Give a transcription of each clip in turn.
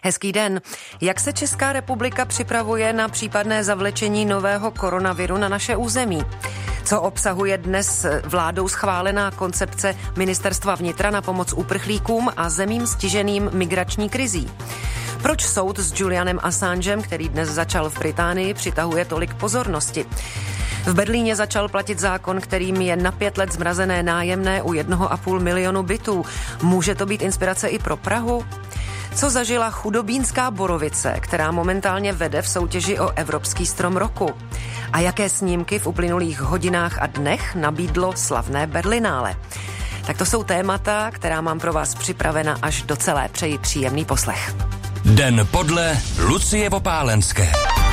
Hezký den. Jak se Česká republika připravuje na případné zavlečení nového koronaviru na naše území? Co obsahuje dnes vládou schválená koncepce Ministerstva vnitra na pomoc uprchlíkům a zemím stiženým migrační krizí? Proč soud s Julianem Assangem, který dnes začal v Británii, přitahuje tolik pozornosti? V Berlíně začal platit zákon, kterým je na 5 let zmrazené nájemné u 1,5 milionu bytů. Může to být inspirace i pro Prahu? Co zažila chudobínská borovice, která momentálně vede v soutěži o Evropský strom roku? A jaké snímky v uplynulých hodinách a dnech nabídlo slavné Berlinále? Tak to jsou témata, která mám pro vás připravena až do celé. Přeji příjemný poslech. Den podle Lucie Popálenské.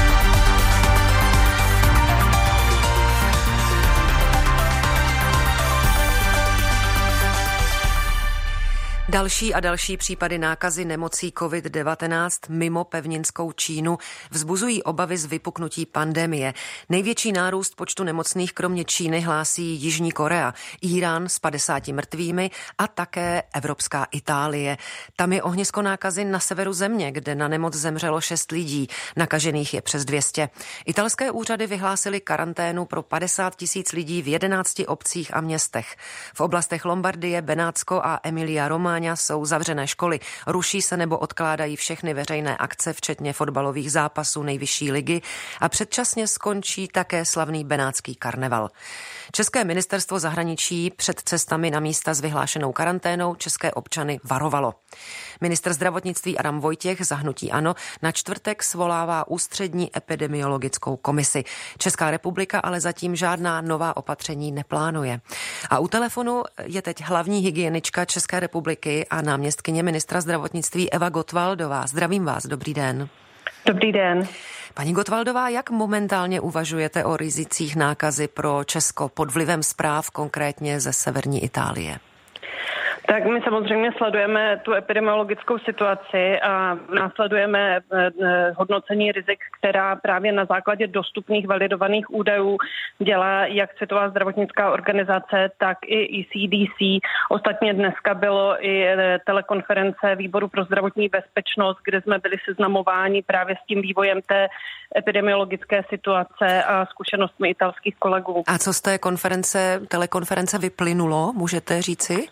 Další a další případy nákazy nemocí COVID-19 mimo pevninskou Čínu vzbuzují obavy z vypuknutí pandemie. Největší nárůst počtu nemocných kromě Číny hlásí Jižní Korea, Írán s 50 mrtvými a také Evropská Itálie. Tam je ohnisko nákazy na severu země, kde na nemoc zemřelo 6 lidí. Nakažených je přes 200. Italské úřady vyhlásily karanténu pro 50 000 lidí v 11 obcích a městech. V oblastech Lombardie, Benátsko a Emilia-Romagna jsou zavřené školy, ruší se nebo odkládají všechny veřejné akce, včetně fotbalových zápasů nejvyšší ligy a předčasně skončí také slavný benátský karneval. České ministerstvo zahraničí před cestami na místa s vyhlášenou karanténou české občany varovalo. Ministr zdravotnictví Adam Vojtěch za hnutí ANO na čtvrtek svolává ústřední epidemiologickou komisi. Česká republika ale zatím žádná nová opatření neplánuje. A u telefonu je teď hlavní hygienička České republiky a náměstkyně ministra zdravotnictví Eva Gottwaldová. Zdravím vás, dobrý den. Dobrý den. Paní Gottwaldová, jak momentálně uvažujete o rizicích nákazy pro Česko pod vlivem zpráv konkrétně ze severní Itálie? Tak my samozřejmě sledujeme tu epidemiologickou situaci a následujeme hodnocení rizik, která právě na základě dostupných validovaných údajů dělá jak Světová zdravotnická organizace, tak i ECDC. Ostatně dneska bylo i telekonference Výboru pro zdravotní bezpečnost, kde jsme byli seznamováni právě s tím vývojem té epidemiologické situace a zkušenostmi italských kolegů. A co z té telekonference vyplynulo, můžete říci?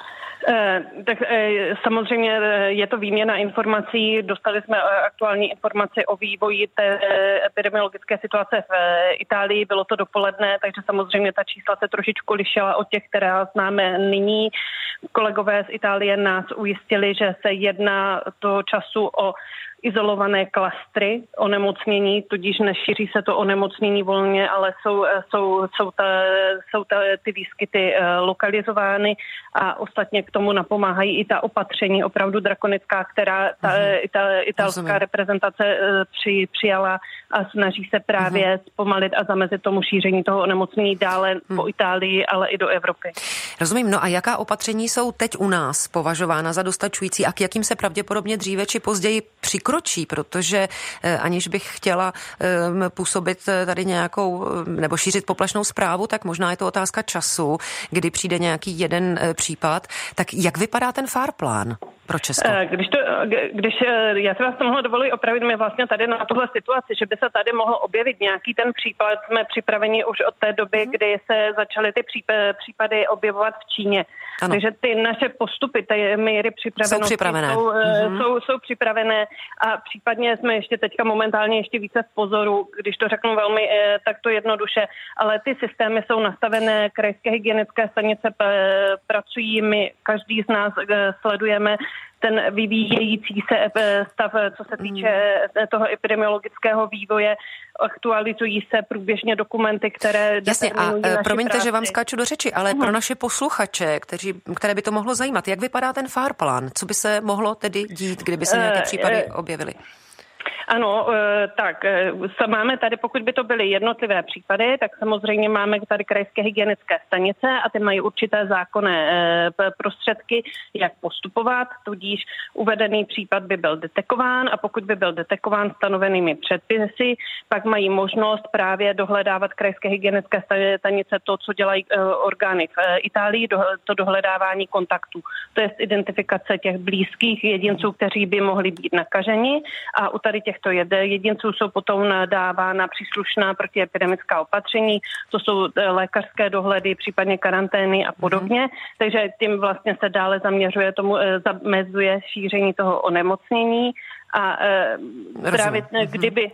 Tak samozřejmě je to výměna informací. Dostali jsme aktuální informaci o vývoji té epidemiologické situace v Itálii. Bylo to dopoledne, takže samozřejmě ta čísla se trošičku lišila od těch, která známe nyní. Kolegové z Itálie nás ujistili, že se jedná toho času o izolované klastry onemocnění, tudíž nešíří se to onemocnění volně, ale jsou ty výskyty lokalizovány a ostatně k tomu napomáhají i ta opatření opravdu drakonická, která italská reprezentace přijala a snaží se právě zpomalit a zamezit tomu šíření toho onemocnění dále po Itálii, ale i do Evropy. Rozumím. No a jaká opatření jsou teď u nás považována za dostačující a k jakým se pravděpodobně dříve či později přikročí, protože aniž bych chtěla působit tady nějakou nebo šířit poplašnou zprávu, tak možná je to otázka času, kdy přijde nějaký jeden případ. Tak jak vypadá ten FAR-plán pro Česko? Když já si vás to mohla dovolit opravit, my vlastně tady na tuhle situaci, že by se tady mohl objevit nějaký ten případ, jsme připraveni už od té doby, kdy se začaly ty případy objevovat v Číně. Ano. Takže ty naše postupy, ty míry připravenosti jsou připravené a případně jsme ještě teďka momentálně ještě více v pozoru, když to řeknu velmi takto jednoduše, ale ty systémy jsou nastavené, krajské hygienické stanice pracují, my každý z nás sledujeme ten vyvíjející se stav, co se týče toho epidemiologického vývoje, aktualizují se průběžně dokumenty, které determinují naši promiňte, práci. Že vám skáču do řeči, ale pro naše posluchače, které by to mohlo zajímat, jak vypadá ten FAR-plán? Co by se mohlo tedy dít, kdyby se nějaké případy objevily? Ano, tak máme tady, pokud by to byly jednotlivé případy, tak samozřejmě máme tady krajské hygienické stanice a ty mají určité zákonné prostředky, jak postupovat, tudíž uvedený případ by byl detekován a pokud by byl detekován stanovenými předpisy, pak mají možnost právě dohledávat krajské hygienické stanice to, co dělají orgány v Itálii, to dohledávání kontaktů. To je identifikace těch blízkých jedinců, kteří by mohli být nakaženi a u tady těchto jedinců jsou potom dávána příslušná protiepidemická opatření, to jsou lékařské dohledy, případně karantény a podobně, takže tím vlastně se dále zamezuje šíření toho onemocnění a právě kdyby...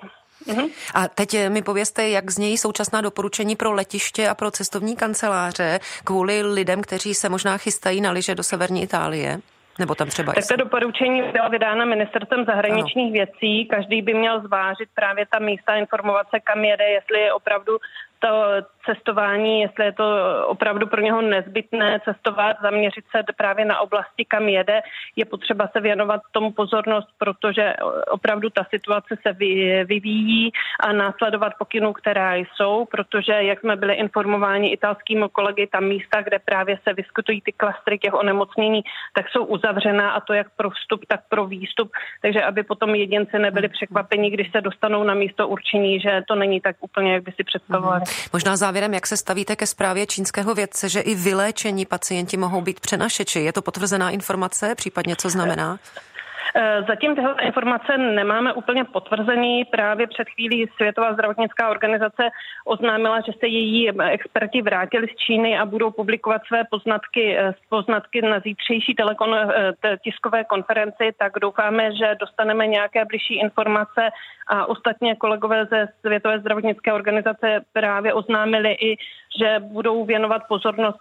A teď mi povězte, jak znějí současná doporučení pro letiště a pro cestovní kanceláře kvůli lidem, kteří se možná chystají na lyže do severní Itálie? Nebo tam třeba tak to doporučení byla vydána ministerstvem zahraničních věcí. Každý by měl zvážit právě ta místa, informovat se, kam jede, jestli je opravdu to cestování, jestli je to opravdu pro něho nezbytné cestovat, zaměřit se právě na oblasti, kam jede. Je potřeba se věnovat tomu pozornost, protože opravdu ta situace se vyvíjí a následovat pokynů, které jsou, protože jak jsme byli informováni italskými kolegy, tam místa, kde právě se vyskytují ty klastry těch onemocnění, tak jsou uzavřená a to jak pro vstup, tak pro výstup. Takže aby potom jedinci nebyli překvapeni, když se dostanou na místo určení, že to není tak úplně, jak by si představovali. Možná závěrem, jak se stavíte ke zprávě čínského vědce, že i vyléčení pacienti mohou být přenašeči? Je to potvrzená informace, případně co znamená? Zatím tyhle informace nemáme úplně potvrzený. Právě před chvílí Světová zdravotnická organizace oznámila, že se její experti vrátili z Číny a budou publikovat své poznatky na zítřejší tiskové konferenci, tak doufáme, že dostaneme nějaké bližší informace a ostatně kolegové ze Světové zdravotnické organizace právě oznámili i, že budou věnovat pozornost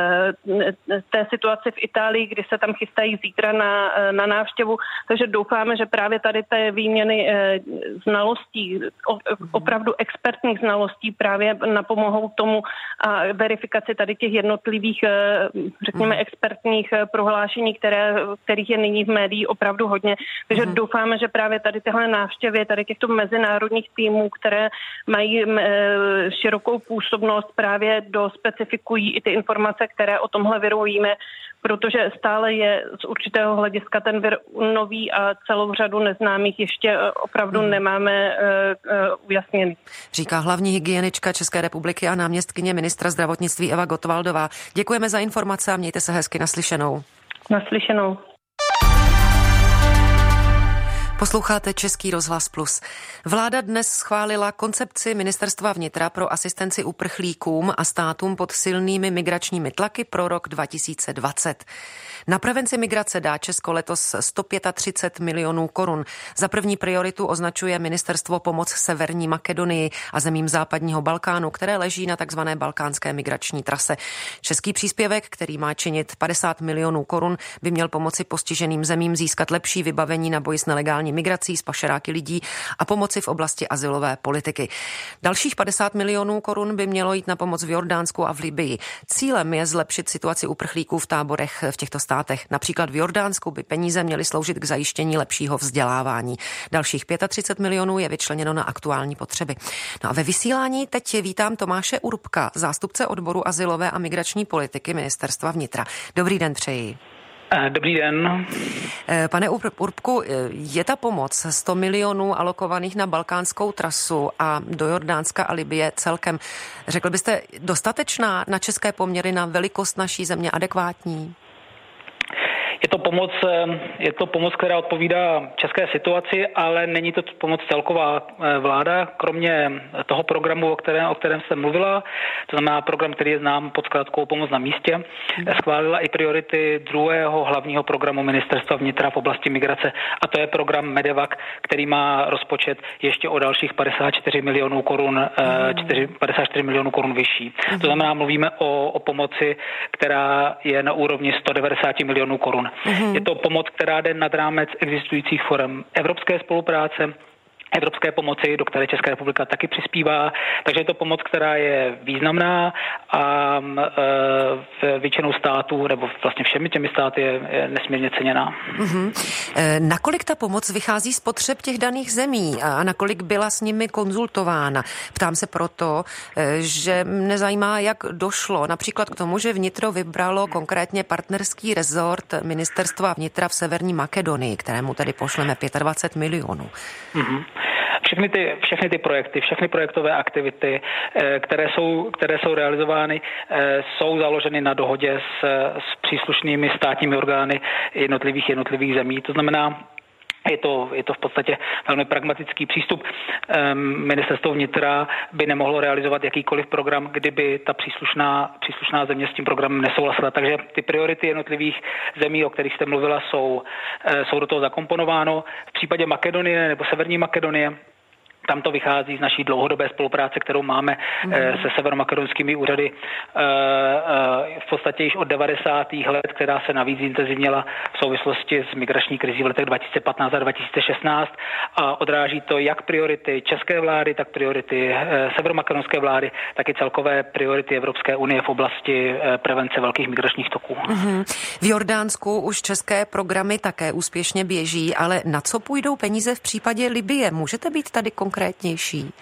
té situaci v Itálii, kdy se tam chystají zítra na návštěvu. Takže doufáme, že právě tady té výměny znalostí, opravdu expertních znalostí právě napomohou tomu a verifikaci tady těch jednotlivých, řekněme, expertních prohlášení, kterých je nyní v médiích opravdu hodně. Takže doufáme, že právě tady tyhle návštěvy, tady těchto mezinárodních týmů, které mají širokou působnost, právě dospecifikují i ty informace, které o tomhle viru víme, protože stále je z určitého hlediska ten vir nový a celou řadu neznámých ještě opravdu nemáme ujasněný. Říká hlavní hygienička České republiky a náměstkyně ministra zdravotnictví Eva Gottwaldová. Děkujeme za informace a mějte se hezky, naslyšenou. Naslyšenou. Posloucháte Český rozhlas Plus. Vláda dnes schválila koncepci Ministerstva vnitra pro asistenci uprchlíkům a státům pod silnými migračními tlaky pro rok 2020. Na prevenci migrace dá Česko letos 135 milionů korun. Za první prioritu označuje ministerstvo pomoc Severní Makedonii a zemím západního Balkánu, které leží na takzvané balkánské migrační trase. Český příspěvek, který má činit 50 milionů korun, by měl pomoci postiženým zemím získat lepší vybavení na boj s nelegální migrací, s pašeráky lidí a pomoci v oblasti azylové politiky. Dalších 50 milionů korun by mělo jít na pomoc v Jordánsku a v Libyi. Cílem je zlepšit situaci uprchlíků v táborech v těchto státech. Například v Jordánsku by peníze měly sloužit k zajištění lepšího vzdělávání. Dalších 35 milionů je vyčleněno na aktuální potřeby. No a ve vysílání teď vítám Tomáše Urbka, zástupce odboru azylové a migrační politiky Ministerstva vnitra. Dobrý den přeji. Dobrý den. Pane Urbku, je ta pomoc 100 milionů alokovaných na balkánskou trasu a do Jordánska a Libye celkem, řekl byste, dostatečná na české poměry, na velikost naší země, adekvátní? Je to pomoc, která odpovídá české situaci, ale není to pomoc celková. Vláda, kromě toho programu, o kterém jste mluvila, to znamená program, který je znám pod zkratkou Pomoc na místě, schválila i priority druhého hlavního programu Ministerstva vnitra v oblasti migrace, a to je program Medevac, který má rozpočet ještě o dalších 54 milionů korun vyšší. To znamená, mluvíme o pomoci, která je na úrovni 190 milionů korun. Je to pomoc, která jde nad rámec existujících forem evropské spolupráce. evropské pomoci, do které Česká republika taky přispívá. Takže je to pomoc, která je významná a většinou států, nebo vlastně všemi těmi státy je nesmírně ceněná. Nakolik ta pomoc vychází z potřeb těch daných zemí a nakolik byla s nimi konzultována? Ptám se proto, že mne zajímá, jak došlo například k tomu, že vnitro vybralo konkrétně partnerský rezort Ministerstva vnitra v Severní Makedonii, kterému tedy pošleme 25 milionů. Všechny ty projekty, všechny projektové aktivity, které jsou realizovány, jsou založeny na dohodě s příslušnými státními orgány jednotlivých zemí. To znamená, je to v podstatě velmi pragmatický přístup. Ministerstvo vnitra by nemohlo realizovat jakýkoliv program, kdyby ta příslušná země s tím programem nesouhlasila. Takže ty priority jednotlivých zemí, o kterých jste mluvila, jsou do toho zakomponováno. V případě Makedonie nebo Severní Makedonie, tam to vychází z naší dlouhodobé spolupráce, kterou máme se severomakedonskými úřady v podstatě již od 90. let, která se navíc intenzivněla v souvislosti s migrační krizí v letech 2015 a 2016 a odráží to jak priority české vlády, tak priority severomakedonské vlády, tak i celkové priority Evropské unie v oblasti prevence velkých migračních toků. V Jordánsku už české programy také úspěšně běží, ale na co půjdou peníze v případě Libye? Můžete být tady konkrétnější?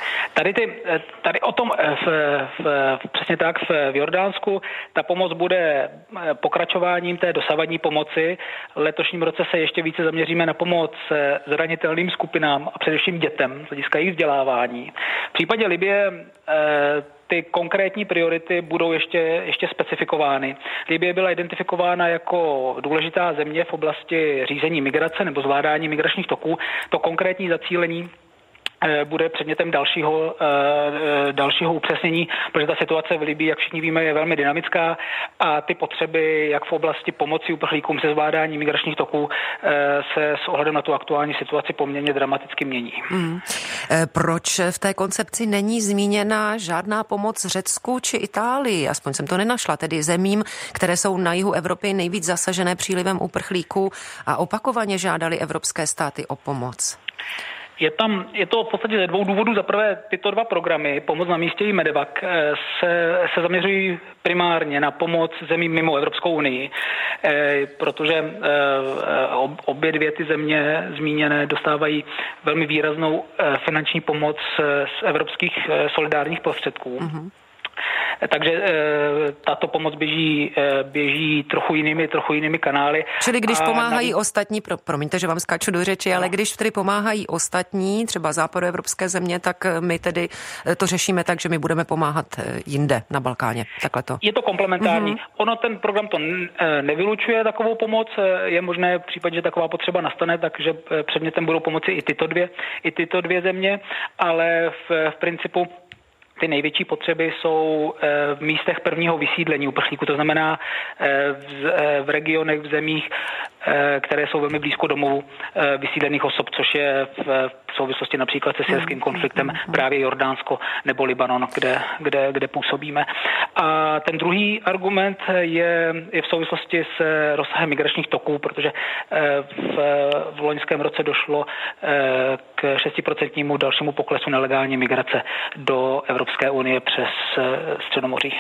Tady o tom přesně tak v Jordánsku ta pomoc bude pokračováním té dosavadní pomoci. V letošním roce se ještě více zaměříme na pomoc zranitelným skupinám a především dětem z hlediska jejich vzdělávání. V případě Libye ty konkrétní priority budou ještě specifikovány. Libye byla identifikována jako důležitá země v oblasti řízení migrace nebo zvládání migračních toků. To konkrétní zacílení bude předmětem dalšího upřesnění, protože ta situace v Libyi, jak všichni víme, je velmi dynamická a ty potřeby, jak v oblasti pomoci uprchlíkům se zvládání migračních toků, se s ohledem na tu aktuální situaci poměrně dramaticky mění. Proč v té koncepci není zmíněna žádná pomoc Řecku či Itálii? Aspoň jsem to nenašla, tedy zemím, které jsou na jihu Evropy nejvíc zasažené přílivem uprchlíků a opakovaně žádali evropské státy o pomoc. Je to v podstatě ze dvou důvodů. Za prvé, tyto dva programy, Pomoc na místě i Medevac, se zaměřují primárně na pomoc zemím mimo Evropskou unii, protože obě dvě ty země zmíněné dostávají velmi výraznou finanční pomoc z evropských solidárních prostředků. Takže tato pomoc běží trochu jinými kanály. Čili když pomáhají ostatní, promiňte, že vám skáču do řeči, ale když tedy pomáhají ostatní, třeba západoevropské země, tak my tedy to řešíme tak, že my budeme pomáhat jinde na Balkáně. Takhle to. Je to komplementární. Ono ten program to nevylučuje takovou pomoc. Je možné v případě, že taková potřeba nastane, takže předmětem budou pomoci i tyto dvě země, ale v principu ty největší potřeby jsou v místech prvního vysídlení uprchlíků, to znamená v regionech, v zemích, které jsou velmi blízko domovu vysídlených osob, což je v souvislosti například se syrským konfliktem právě Jordánsko nebo Libanon, kde působíme. A ten druhý argument je v souvislosti s rozsahem migračních toků, protože v loňském roce došlo k 6% dalšímu poklesu nelegální migrace do Evropské unie přes Středomoří.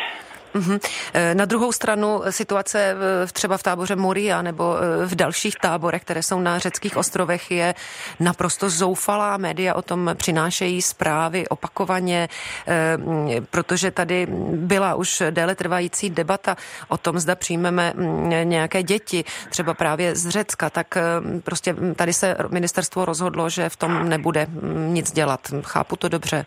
Na druhou stranu situace třeba v táboře Moria nebo v dalších táborech, které jsou na řeckých ostrovech, je naprosto zoufalá. Média o tom přinášejí zprávy opakovaně, protože tady byla už déle trvající debata o tom, zda přijmeme nějaké děti, třeba právě z Řecka, tak prostě tady se ministerstvo rozhodlo, že v tom nebude nic dělat. Chápu to dobře?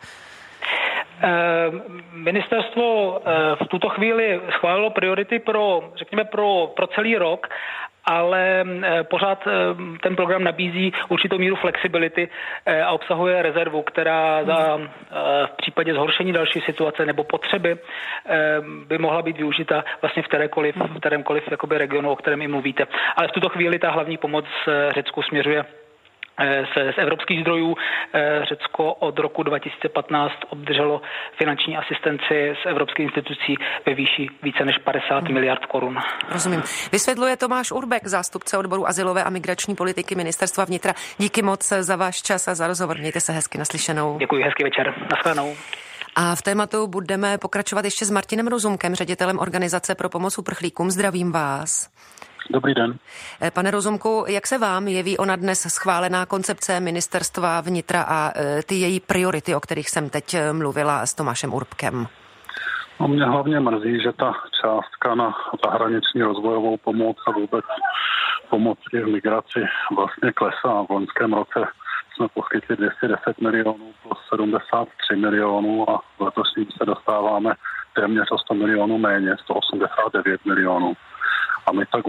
Ministerstvo v tuto chvíli schválilo priority pro celý rok, ale pořád ten program nabízí určitou míru flexibility a obsahuje rezervu, která v případě zhoršení další situace nebo potřeby by mohla být využita vlastně v kterémkoliv jakoby regionu, o kterém i mluvíte. Ale v tuto chvíli ta hlavní pomoc Řecku směřuje z evropských zdrojů. Řecko od roku 2015 obdrželo finanční asistenci z evropských institucí ve výši více než 50 miliard korun. Rozumím. Vysvětluje Tomáš Urbek, zástupce odboru azylové a migrační politiky Ministerstva vnitra. Díky moc za váš čas a za rozhovor. Mějte se hezky, naslyšenou. Děkuji, hezký večer. Naschledanou. A v tématu budeme pokračovat ještě s Martinem Rozumkem, ředitelem Organizace pro pomoc uprchlíkům. Zdravím vás. Dobrý den. Pane Rozumku, jak se vám jeví ona dnes schválená koncepce Ministerstva vnitra a ty její priority, o kterých jsem teď mluvila s Tomášem Urbkem? No, mě hlavně mrzí, že ta částka na zahraniční rozvojovou pomoc a vůbec pomoc v migraci vlastně klesá. V loňském roce jsme poskytli 210 milionů plus 73 milionů a v letošním se dostáváme téměř o 100 milionů méně, 189 milionů. A my tak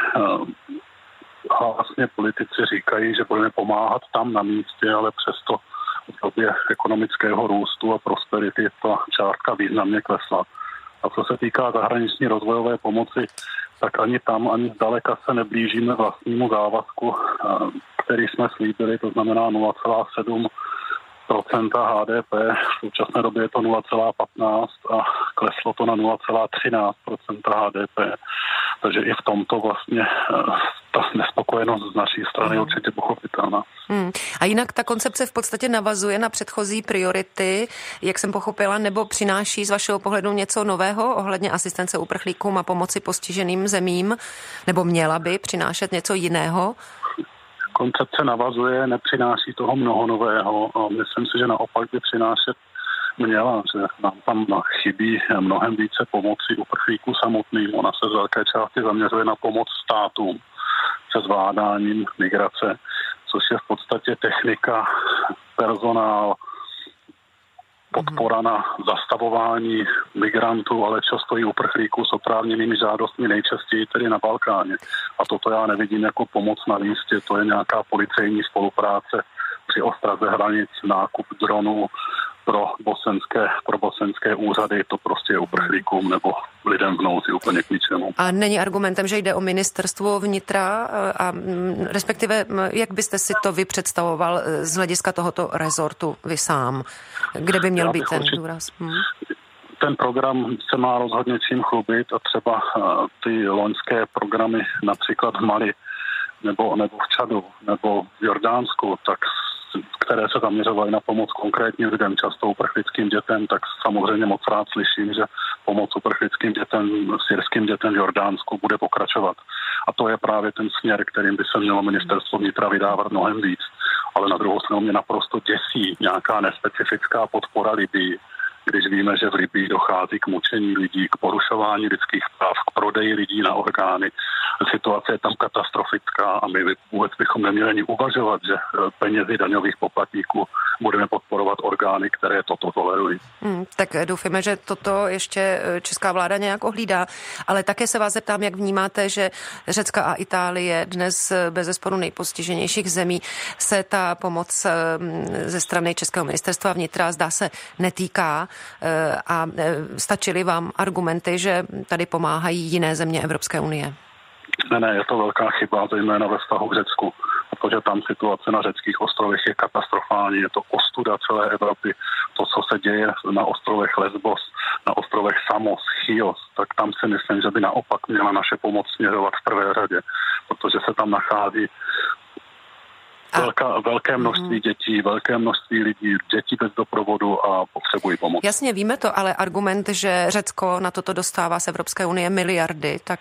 vlastně politici říkají, že budeme pomáhat tam na místě, ale přesto v době ekonomického růstu a prosperity ta částka významně klesla. A co se týká zahraniční rozvojové pomoci, tak ani tam, ani zdaleka se neblížíme vlastnímu závazku, který jsme slíbili, to znamená 0,7% HDP. V současné době je to 0,15 a kleslo to na 0,13% HDP. Takže i v tomto vlastně ta nespokojenost z naší strany je určitě pochopitelná. A jinak ta koncepce v podstatě navazuje na předchozí priority, jak jsem pochopila, nebo přináší z vašeho pohledu něco nového ohledně asistence uprchlíkům a pomoci postiženým zemím, nebo měla by přinášet něco jiného? Koncepce navazuje, nepřináší toho mnoho nového a myslím si, že naopak by přinášet měla, že nám tam chybí mnohem více pomoci uprchlíků samotným. Ona se z velké části zaměřuje na pomoc státům se zvládáním migrace, což je v podstatě technika, personál, podpora na zastavování migrantů, ale často i uprchlíků s oprávněnými žádostmi, nejčastěji tedy na Balkáně. A toto já nevidím jako pomoc na místě, to je nějaká policejní spolupráce při ostraze hranic, nákup dronů pro bosenské úřady, to prostě je uprchlíkům nebo lidem v nouzi úplně k ničemu. A není argumentem, že jde o ministerstvo vnitra a respektive, jak byste si to vy představoval z hlediska tohoto rezortu vy sám? Kde by měl být ten důraz? Ten program se má rozhodně čím chlubit a třeba ty loňské programy například v Mali nebo v Čadu nebo v Jordánsku, tak které se zaměřovaly na pomoc konkrétním lidem, často uprchlickým dětem, tak samozřejmě moc rád slyším, že pomoc uprchlickým dětem, syrským dětem v Jordánsku bude pokračovat. A to je právě ten směr, kterým by se mělo ministerstvo vnitra vydávat mnohem víc. Ale na druhou stranu mě naprosto děsí nějaká nespecifická podpora Libii, když víme, že v Libii dochází k mučení lidí, k porušování lidských práv, k prodeji lidí na orgány. Situace je tam katastrofická a my vůbec bychom neměli ani uvažovat, že penězi daňových poplatníků budeme podporovat orgány, které toto tolerují. Tak doufáme, že toto ještě česká vláda nějak ohlídá, ale také se vás zeptám, jak vnímáte, že Řecka a Itálie dnes bezesporu nejpostiženějších zemí se ta pomoc ze strany Českého ministerstva vnitra zdá se netýká a stačily vám argumenty, že tady pomáhají jiné země Evropské unie? Ne, je to velká chyba, zejména ve vztahu k Řecku, protože tam situace na řeckých ostrovech je katastrofální, je to ostuda celé Evropy. To, co se děje na ostrovech Lesbos, na ostrovech Samos, Chios, tak tam si myslím, že by naopak měla naše pomoc směřovat v prvé řadě, protože se tam nachází velké množství dětí, velké množství lidí, děti bez doprovodu a potřebují pomoc. Jasně, víme to, ale argument, že Řecko na toto dostává z Evropské unie miliardy, tak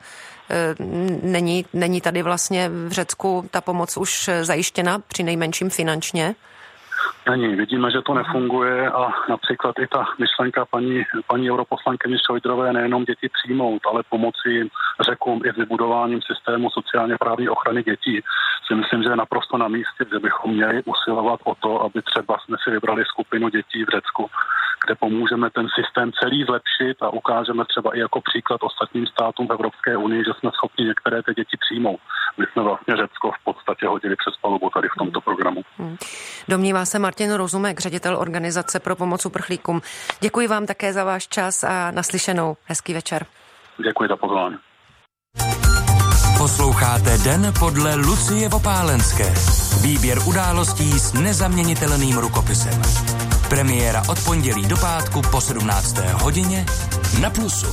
není tady vlastně v Řecku ta pomoc už zajištěna, při nejmenším finančně? Není. Vidíme, že to nefunguje a například i ta myšlenka paní europoslankyně Šojdrové nejenom děti přijmout, ale pomoci Řekům i s vybudováním systému sociálně právní ochrany dětí. Si myslím, že je naprosto na místě, že bychom měli usilovat o to, aby třeba jsme si vybrali skupinu dětí v Řecku, kde pomůžeme ten systém celý zlepšit a ukážeme třeba i jako příklad ostatním státům v Evropské unii, že jsme schopni některé ty děti přijmout. My jsme vlastně Řecko v podstatě hodili přes palubu tady v tomto programu. Domnívá se Martin Rozumek, ředitel Organizace pro pomoc uprchlíkům. Děkuji vám také za váš čas a naslyšenou. Hezký večer. Děkuji za pozvání. Posloucháte Den podle Lucie Opálenské. Výběr událostí s nezaměnitelným rukopisem. Premiéra od pondělí do pátku po 17. hodině na Plusu.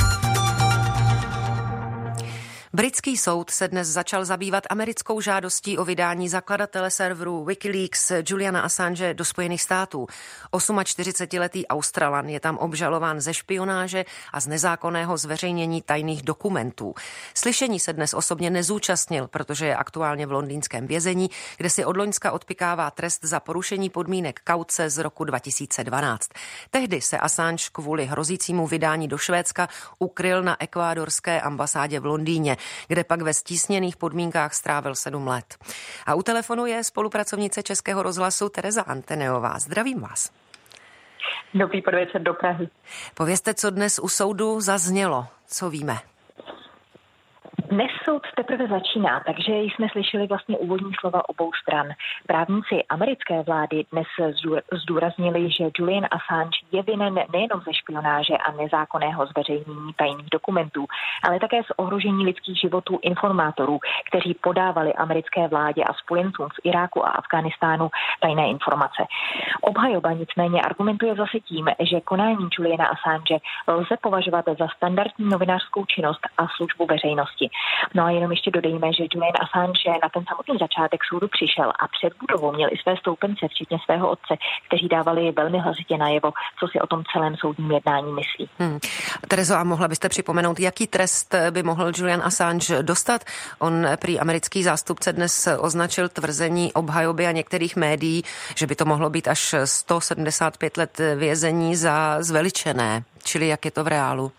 Britský soud se dnes začal zabývat americkou žádostí o vydání zakladatele serveru Wikileaks Juliana Assange do Spojených států. 48letý Australan je tam obžalován ze špionáže a z nezákonného zveřejnění tajných dokumentů. Slyšení se dnes osobně nezúčastnil, protože je aktuálně v londýnském vězení, kde si od loňska odpykává trest za porušení podmínek kauce z roku 2012. Tehdy se Assange kvůli hrozícímu vydání do Švédska ukryl na ekvádorské ambasádě v Londýně, kde pak ve stísněných podmínkách strávil 7 let. A u telefonu je spolupracovnice Českého rozhlasu Tereza Anteneová. Zdravím vás. Dobrý podvečer do Prahy. Povězte, co dnes u soudu zaznělo, co víme. Dnes soud teprve začíná, takže jsme slyšeli vlastně úvodní slova obou stran. Právníci americké vlády dnes zdůraznili, že Julian Assange je vinen nejenom ze špionáže a nezákonného zveřejnění tajných dokumentů, ale také z ohrožení lidských životů informátorů, kteří podávali americké vládě a spojencům v Iráku a Afghánistánu tajné informace. Obhajoba nicméně argumentuje zase tím, že konání Juliana Assange lze považovat za standardní novinářskou činnost a službu veřejnosti. No a jenom ještě dodejme, že Julian Assange na ten samotný začátek soudu přišel a před budovou měl i své stoupence, včetně svého otce, kteří dávali velmi hlasitě najevo, co si o tom celém soudním jednání myslí. Terezo, a mohla byste připomenout, jaký trest by mohl Julian Assange dostat? On prý americký zástupce dnes označil tvrzení obhajoby a některých médií, že by to mohlo být až 175 let vězení za zveličené. Čili jak je to v reálu?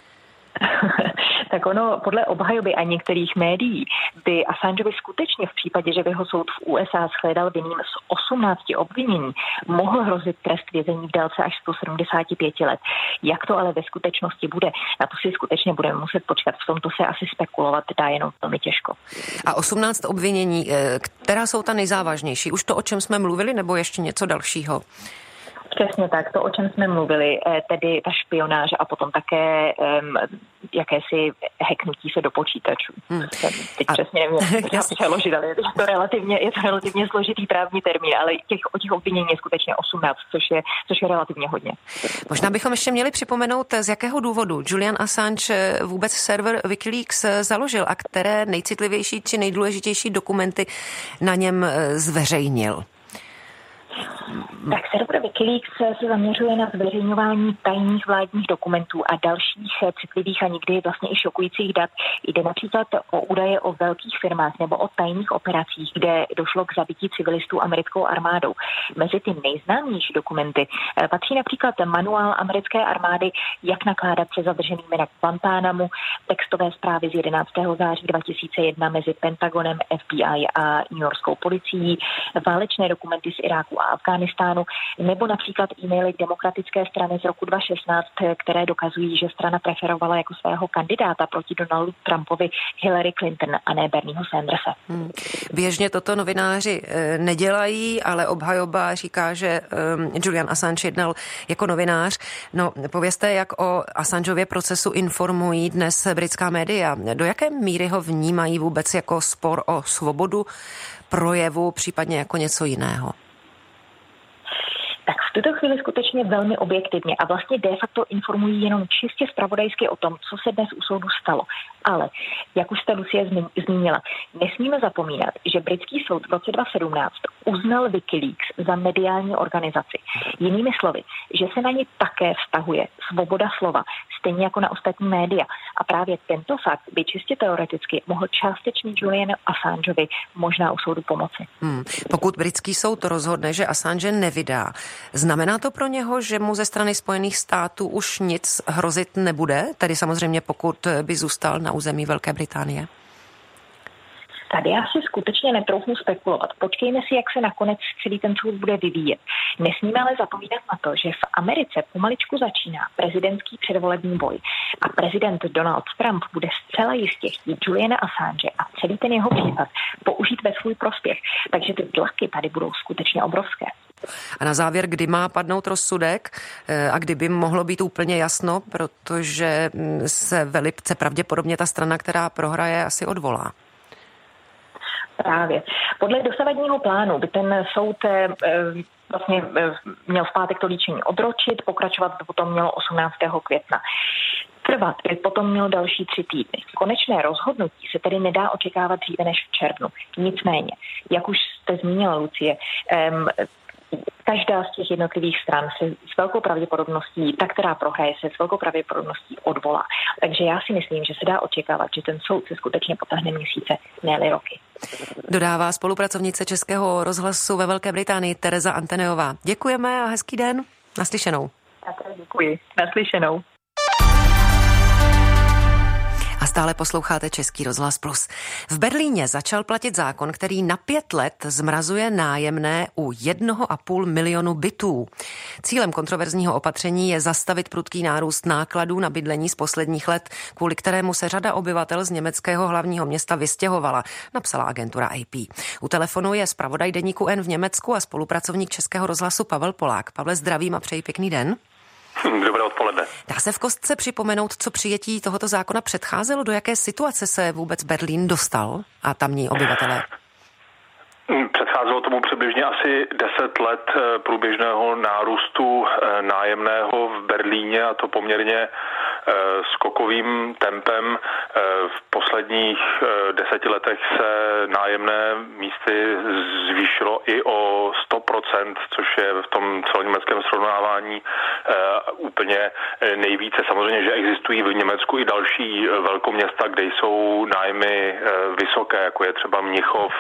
Tak ono podle obhajoby a některých médií by Assangeovi skutečně v případě, že by ho soud v USA shledal vinným z 18 obvinění, mohl hrozit trest vězení v délce až 175 let. Jak to ale ve skutečnosti bude? Na to si skutečně budeme muset počkat. V tomto se asi spekulovat dá jenom velmi těžko. A 18 obvinění, která jsou ta nejzávažnější? Už to, o čem jsme mluvili, nebo ještě něco dalšího? Přesně tak, to, o čem jsme mluvili, tedy ta špionáž a potom také jakési hacknutí se do počítačů. Teď přesně nevím, jak to přeložit, ale je to relativně složitý právní termín, ale o těch obvinění je skutečně 18, což je relativně hodně. Možná bychom ještě měli připomenout, z jakého důvodu Julian Assange vůbec server Wikileaks založil a které nejcitlivější či nejdůležitější dokumenty na něm zveřejnil. Tak server Wikileaks se zaměřuje na zveřejňování tajných vládních dokumentů a dalších citlivých a někdy vlastně i šokujících dat. Jde například o údaje o velkých firmách nebo o tajných operacích, kde došlo k zabití civilistů americkou armádou. Mezi ty nejznámější dokumenty patří například manuál americké armády, jak nakládat se zadrženými na Guantánamu, textové zprávy z 11. září 2001 mezi Pentagonem, FBI a New Yorkskou policií, válečné dokumenty z Iráku a Afghánistánu, nebo například e-maily Demokratické strany z roku 2016, které dokazují, že strana preferovala jako svého kandidáta proti Donaldu Trumpovi Hillary Clinton a ne Bernieho Sanderse. Běžně toto novináři nedělají, ale obhajoba říká, že Julian Assange jednal jako novinář. No, povězte, jak o Assangeově procesu informují dnes britská média. Do jaké míry ho vnímají vůbec jako spor o svobodu projevu, případně jako něco jiného? Tak v tuto chvíli skutečně velmi objektivně a vlastně de facto informují jenom čistě zpravodajsky o tom, co se dnes u soudu stalo. Ale, jak už jste Lucie zmínila, nesmíme zapomínat, že britský soud v roce 2017 uznal Wikileaks za mediální organizaci. Jinými slovy, že se na ně také vztahuje svoboda slova, stejně jako na ostatní média. A právě tento fakt by čistě teoreticky mohl částečně Julianu Assangeovi možná u soudu pomoci. Pokud britský soud rozhodne, že Assange nevydá, znamená to pro něho, že mu ze strany Spojených států už nic hrozit nebude? Tedy samozřejmě pokud by zůstal na území Velké Británie? Tady já si skutečně netroufnu spekulovat. Počkejme si, jak se nakonec celý ten soud bude vyvíjet. Nesmíme ale zapomínat na to, že v Americe pomaličku začíná prezidentský předvolební boj a prezident Donald Trump bude zcela jistě chtít Juliana Assange a celý ten jeho případ použít ve svůj prospěch. Takže ty tlaky tady budou skutečně obrovské. A na závěr, kdy má padnout rozsudek a kdy by mohlo být úplně jasno, protože se velice pravděpodobně ta strana, která prohraje, asi odvolá. Právě. Podle dosavadního plánu by ten soud vlastně měl v pátek to líčení odročit, pokračovat by potom mělo 18. května. Trvat by potom mělo další 3 týdny. Konečné rozhodnutí se tedy nedá očekávat dříve než v červnu. Nicméně, jak už jste zmínila, Lucie, každá z těch jednotlivých stran se s velkou pravděpodobností, ta, která prohraje, se s velkou pravděpodobností odvolá. Takže já si myslím, že se dá očekávat, že ten soud se skutečně potáhne měsíce, ne-li roky. Dodává spolupracovnice Českého rozhlasu ve Velké Británii Tereza Anteneová. Děkujeme a hezký den. Naslyšenou. Také děkuji. Naslyšenou. A stále posloucháte Český rozhlas Plus. V Berlíně začal platit zákon, který na 5 let zmrazuje nájemné u 1,5 milionu bytů. Cílem kontroverzního opatření je zastavit prudký nárůst nákladů na bydlení z posledních let, kvůli kterému se řada obyvatel z německého hlavního města vystěhovala, napsala agentura AP. U telefonu je zpravodaj deníku N v Německu a spolupracovník Českého rozhlasu Pavel Polák. Pavle, zdravím a přeji pěkný den. Dobré odpoledne. Dá se v kostce připomenout, co přijetí tohoto zákona předcházelo? Do jaké situace se vůbec Berlín dostal a tamní obyvatelé? Předcházelo tomu přibližně asi 10 let průběžného nárůstu nájemného v Berlíně, a to poměrně skokovým tempem. V posledních 10 letech se nájemné místy zvýšilo i o 100%, což je v tom celoněmeckém srovnávání úplně nejvíce. Samozřejmě, že existují v Německu i další velkoměsta, kde jsou nájmy vysoké, jako je třeba Mnichov,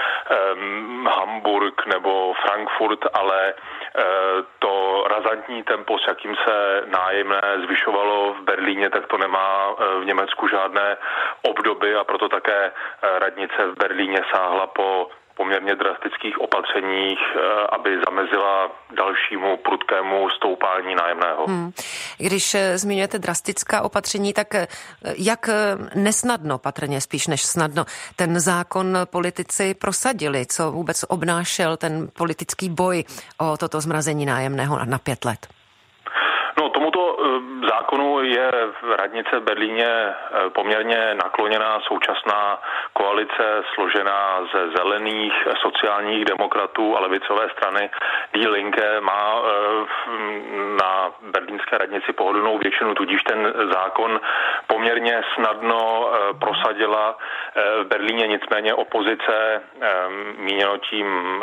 Hamburg nebo Frankfurt, ale to razantní tempo, s jakým se nájemné zvyšovalo v Berlíně, tak to nemá v Německu žádné obdoby, a proto také radnice v Berlíně sáhla po poměrně drastických opatřeních, aby zamezila dalšímu prudkému stoupání nájemného. Když zmiňujete drastická opatření, tak jak nesnadno, patrně spíš než snadno, ten zákon politici prosadili? Co vůbec obnášel ten politický boj o toto zmrazení nájemného na 5 let? No, tomuto zákonu je radnice v Berlíně poměrně nakloněná současná koalice složená ze zelených, sociálních demokratů a levicové strany Die Linke má na berlínské radnici pohodlnou většinu, tudíž ten zákon poměrně snadno prosadila v Berlíně. Nicméně opozice, míněno tím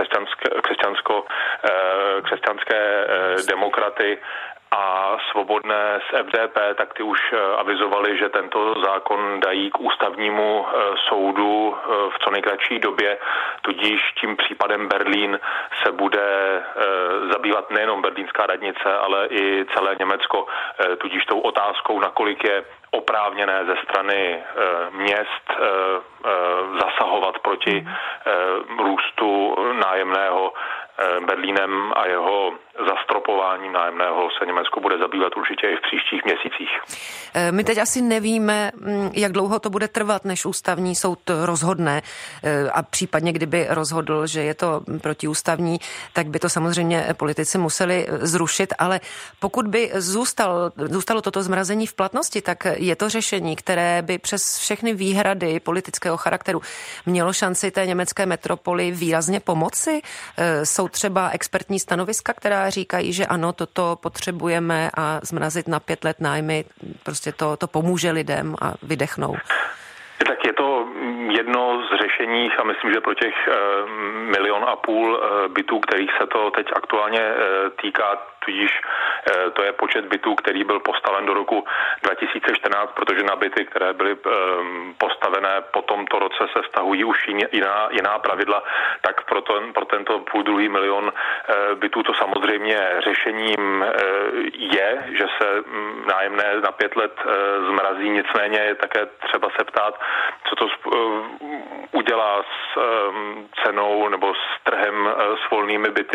křesťanské demokraty a svobodné z FDP, tak ty už avizovali, že tento zákon dají k ústavnímu soudu v co nejkratší době, tudíž tím případem Berlín se bude zabývat nejenom berlínská radnice, ale i celé Německo, tudíž tou otázkou, nakolik je oprávněné ze strany měst zasahovat proti růstu nájemného. Berlínem a jeho zastropováním nájemného se Německo bude zabývat určitě i v příštích měsících. My teď asi nevíme, jak dlouho to bude trvat, než ústavní soud rozhodne, a případně kdyby rozhodl, že je to protiústavní, tak by to samozřejmě politici museli zrušit, ale pokud by zůstalo toto zmrazení v platnosti, tak je to řešení, které by přes všechny výhrady politického charakteru mělo šanci té německé metropoli výrazně pomoci. Jsou třeba expertní stanoviska, která říkají, že ano, toto potřebujeme a zmrazit na 5 let nájmy, prostě to pomůže lidem a vydechnou. Tak je to jedno z řešení a myslím, že pro těch 1,5 milionu bytů, kterých se to teď aktuálně týká, tudíž to je počet bytů, který byl postaven do roku 2014, protože na byty, které byly postavené po tomto roce, se vztahují už jiná pravidla, tak pro tento 1,5 milionu bytů to samozřejmě řešením je, že se nájemné na 5 let zmrazí, nicméně je také třeba se ptát, co to udělá s cenou nebo s trhem s volnými byty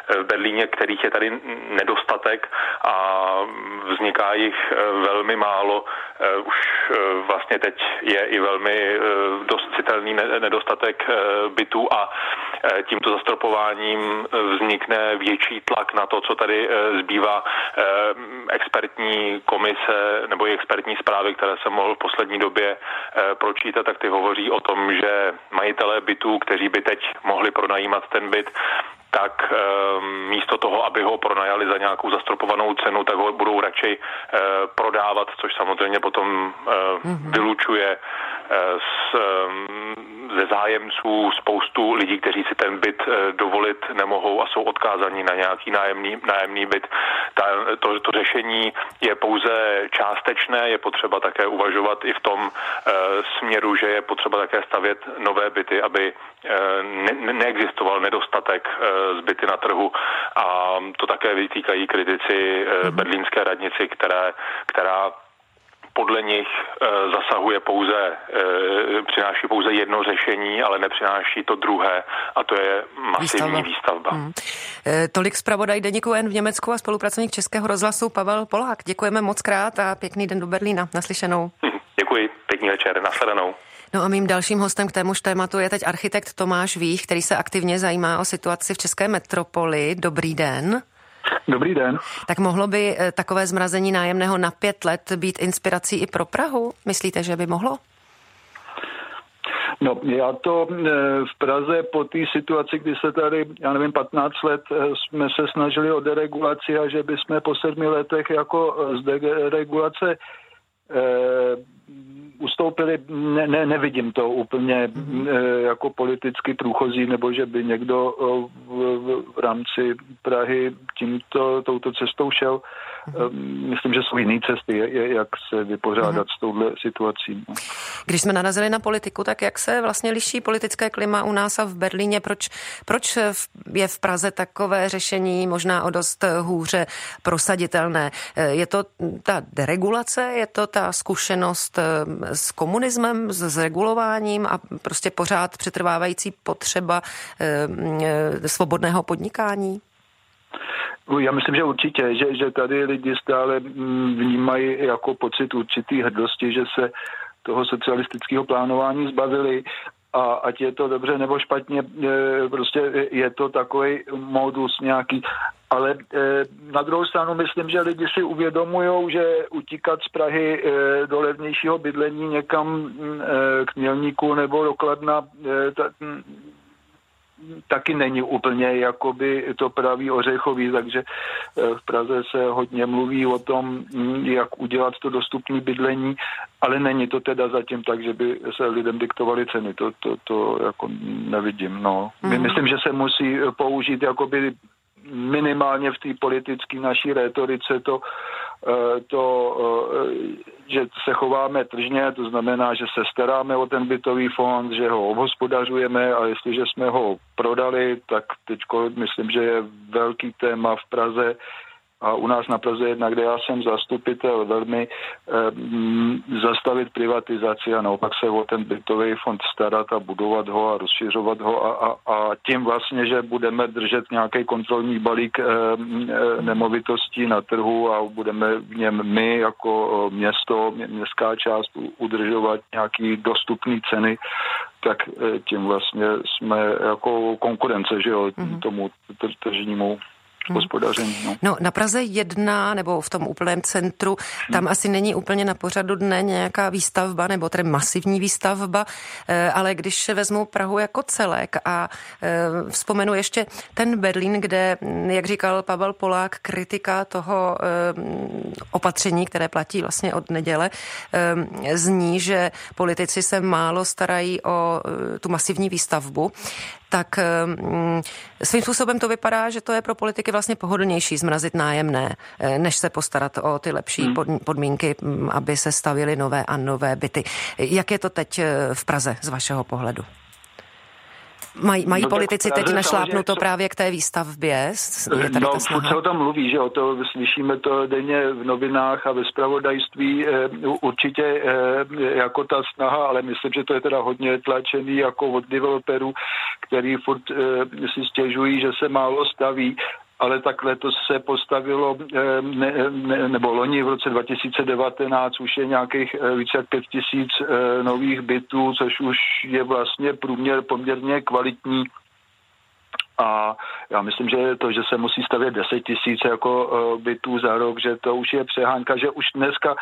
v Berlíně, kterých je tady nedostatek a vzniká jich velmi málo. Už vlastně teď je i velmi dost citelný nedostatek bytů a tímto zastropováním vznikne větší tlak na to, co tady zbývá. Expertní komise nebo i expertní zprávy, které jsem mohl v poslední době pročítat, tak ty hovoří o tom, že majitelé bytů, kteří by teď mohli pronajímat ten byt, tak místo toho, aby ho pronajali za nějakou zastropovanou cenu, tak ho budou radši prodávat, což samozřejmě potom vylučuje ze zájemců spoustu lidí, kteří si ten byt dovolit nemohou a jsou odkázaní na nějaký nájemný byt. To řešení je pouze částečné, je potřeba také uvažovat i v tom směru, že je potřeba také stavět nové byty, aby neexistoval nedostatek zbyty na trhu a to také vytýkají kritici berlínské radnici, která podle nich zasahuje přináší pouze jedno řešení, ale nepřináší to druhé a to je masivní výstavba. Tolik zpravodaj deníku N v Německu a spolupracovník Českého rozhlasu Pavel Polák. Děkujeme moc krát a pěkný den do Berlína. Naslyšenou. Děkuji, pěkný večer, nashledanou. No a mým dalším hostem k témuž tématu je teď architekt Tomáš Vích, který se aktivně zajímá o situaci v české metropoli. Dobrý den. Dobrý den. Tak mohlo by takové zmrazení nájemného na 5 let být inspirací i pro Prahu? Myslíte, že by mohlo? No, já to v Praze po té situaci, kdy se tady, 15 let jsme se snažili o deregulaci a že bychom po 7 letech jako z deregulace ustoupili, nevidím to úplně jako politicky průchozí, nebo že by někdo v rámci Prahy touto cestou šel. Myslím, že jsou jiné cesty, jak se vypořádat s touhle situací. Když jsme narazili na politiku, tak jak se vlastně liší politické klima u nás a v Berlíně? Proč je v Praze takové řešení možná o dost hůře prosaditelné? Je to ta deregulace, je to ta zkušenost s komunismem, s regulováním a prostě pořád přetrvávající potřeba svobodného podnikání? Já myslím, že určitě, že tady lidi stále vnímají jako pocit určitý hrdosti, že se toho socialistického plánování zbavili a ať je to dobře nebo špatně, prostě je to takový modus nějaký. Ale na druhou stranu myslím, že lidi si uvědomujou, že utíkat z Prahy do levnějšího bydlení někam k Mělníku nebo do Kladna taky není úplně jakoby to pravý ořechový, takže v Praze se hodně mluví o tom, jak udělat to dostupné bydlení, ale není to teda zatím tak, že by se lidem diktovaly ceny. To jako nevidím. No. Myslím, že se musí použít jakoby minimálně v té politické naší rétorice že se chováme tržně, to znamená, že se staráme o ten bytový fond, že ho obhospodařujeme a jestliže jsme ho prodali, tak teďko myslím, že je velký téma v Praze a u nás na Praze 1, kde já jsem zastupitel, velmi zastavit privatizaci a naopak se o ten bytový fond starat a budovat ho a rozšiřovat ho a tím vlastně, že budeme držet nějaký kontrolní balík nemovitostí na trhu a budeme v něm my jako město, městská část udržovat nějaký dostupný ceny, tak tím vlastně jsme jako konkurence, že jo, tomu tržnímu hospodaření. No, na Praze 1 nebo v tom úplném centru, tam asi není úplně na pořadu dne nějaká výstavba, nebo tedy masivní výstavba, ale když vezmu Prahu jako celek a vzpomenu ještě ten Berlín, kde, jak říkal Pavel Polák, kritika toho opatření, které platí vlastně od neděle, zní, že politici se málo starají o tu masivní výstavbu, tak svým způsobem to vypadá, že to je pro politiky vlastně pohodlnější zmrazit nájemné, než se postarat o ty lepší podmínky, aby se stavěly nové a nové byty. Jak je to teď v Praze z vašeho pohledu? Mají politici teď našlápnuto právě k té výstavbě? Furt se o tom mluví, že o to slyšíme to denně v novinách a ve zpravodajství. Určitě jako ta snaha, ale myslím, že to je teda hodně tlačený jako od developerů, který furt si stěžují, že se málo staví. Ale tak letos se postavilo, nebo loni v roce 2019 už je nějakých více jak 5 000 nových bytů, což už je vlastně průměr poměrně kvalitní. A já myslím, že to, že se musí stavět 10 000 jako bytů za rok, že to už je přehánka, že už dneska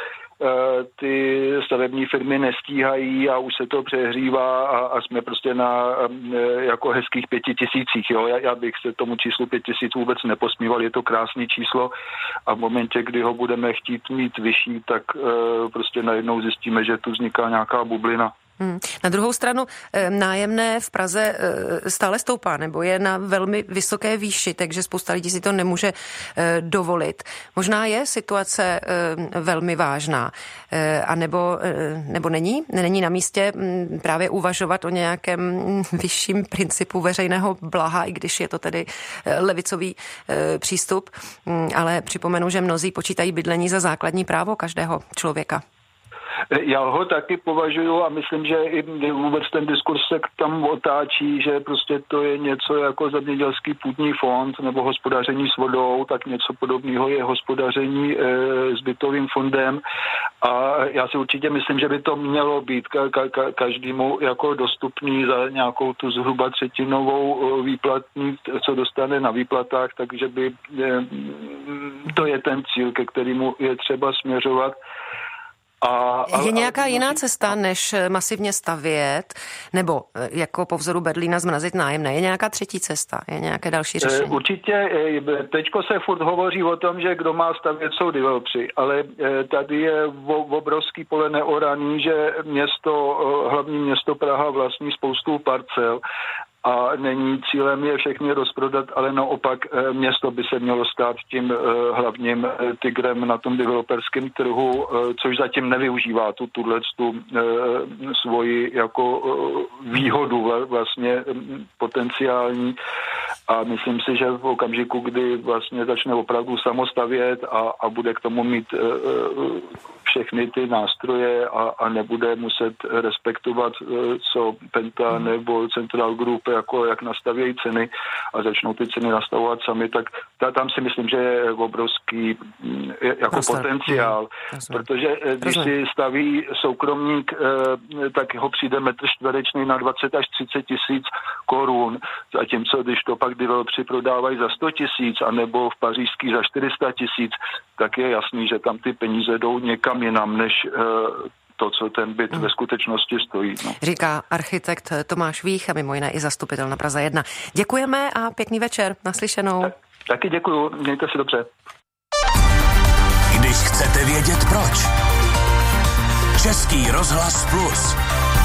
ty stavební firmy nestíhají a už se to přehřívá a jsme prostě na jako hezkých 5 000. Jo? Já bych se tomu číslu 5 000 vůbec neposmíval, je to krásné číslo a v momentě, kdy ho budeme chtít mít vyšší, tak prostě najednou zjistíme, že tu vzniká nějaká bublina. Na druhou stranu nájemné v Praze stále stoupá, nebo je na velmi vysoké výši, takže spousta lidí si to nemůže dovolit. Možná je situace velmi vážná, a nebo není na místě právě uvažovat o nějakém vyšším principu veřejného blaha, i když je to tedy levicový přístup, ale připomenu, že mnozí počítají bydlení za základní právo každého člověka. Já ho taky považuji a myslím, že i vůbec ten diskurs se tam otáčí, že prostě to je něco jako zemědělský půdní fond nebo hospodaření s vodou, tak něco podobného je hospodaření s bytovým fondem a já si určitě myslím, že by to mělo být každému jako dostupný za nějakou tu zhruba třetinovou výplatní, co dostane na výplatách, takže by to je ten cíl, ke kterému je třeba směřovat. Je nějaká jiná cesta, než masivně stavět, nebo jako po vzoru Berlína zmrazit nájemné? Je nějaká třetí cesta? Je nějaké další řešení? Určitě. Teďko se furt hovoří o tom, že kdo má stavět, jsou developři, ale tady je obrovský pole neoraný, že hlavní město Praha vlastní spoustu parcel a není cílem je všechny rozprodat, ale naopak město by se mělo stát tím hlavním tigrem na tom developerském trhu, což zatím nevyužívá tuhle svoji jako výhodu vlastně potenciální a myslím si, že v okamžiku, kdy vlastně začne opravdu samostavět a bude k tomu mít všechny ty nástroje a nebude muset respektovat, co Penta nebo Central Group jako jak nastavějí ceny a začnou ty ceny nastavovat sami, tak tam si myslím, že je obrovský jako potenciál, protože když si staví soukromník, tak ho přijde metr čtvereční na 20 až 30 tisíc korun, zatímco když to pak developři prodávají za 100 tisíc anebo v pařížský za 400 tisíc, tak je jasný, že tam ty peníze jdou někam jinam, než to, co ten byt ve skutečnosti stojí. No. Říká architekt Tomáš Vích a mimo jiné i zastupitel na Praze 1. Děkujeme a pěkný večer. Naslyšenou. Taky děkuju. Mějte se dobře. Když chcete vědět proč. Český rozhlas Plus.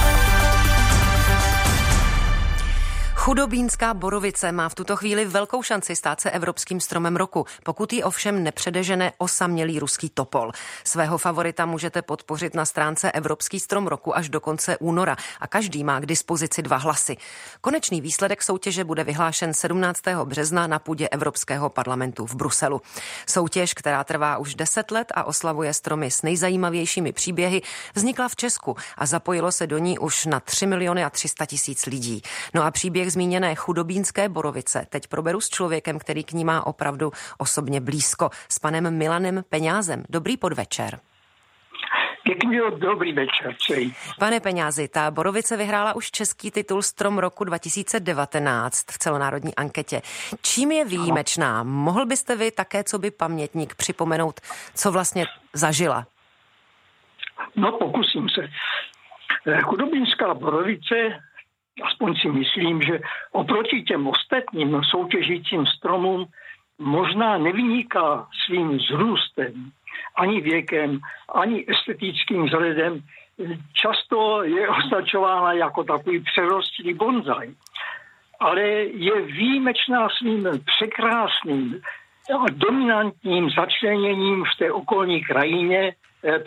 Chudobínská borovice má v tuto chvíli velkou šanci stát se evropským stromem roku, pokud ji ovšem nepředežene osamělý ruský topol. Svého favorita můžete podpořit na stránce Evropský strom roku až do konce února a každý má k dispozici 2 hlasy. Konečný výsledek soutěže bude vyhlášen 17. března na půdě Evropského parlamentu v Bruselu. Soutěž, která trvá už 10 let a oslavuje stromy s nejzajímavějšími příběhy, vznikla v Česku a zapojilo se do ní už na 3 300 000 lidí. No a příběh zmíněné chudobínské borovice teď proberu s člověkem, který k ní má opravdu osobně blízko, s panem Milanem Peňázem. Dobrý podvečer. Pěkný dobrý večer. Přeji. Pane Peňázi, ta borovice vyhrála už český titul Strom roku 2019 v celonárodní anketě. Čím je výjimečná? Mohl byste vy také, co by pamětník, připomenout, co vlastně zažila? No, pokusím se. Chudobínská borovice, aspoň si myslím, že oproti těm ostatním soutěžícím stromům možná nevyniká svým vzrůstem, ani věkem, ani estetickým vzhledem. Často je označována jako takový přerostlý bonzaj, ale je výjimečná svým překrásným a dominantním začleněním v té okolní krajině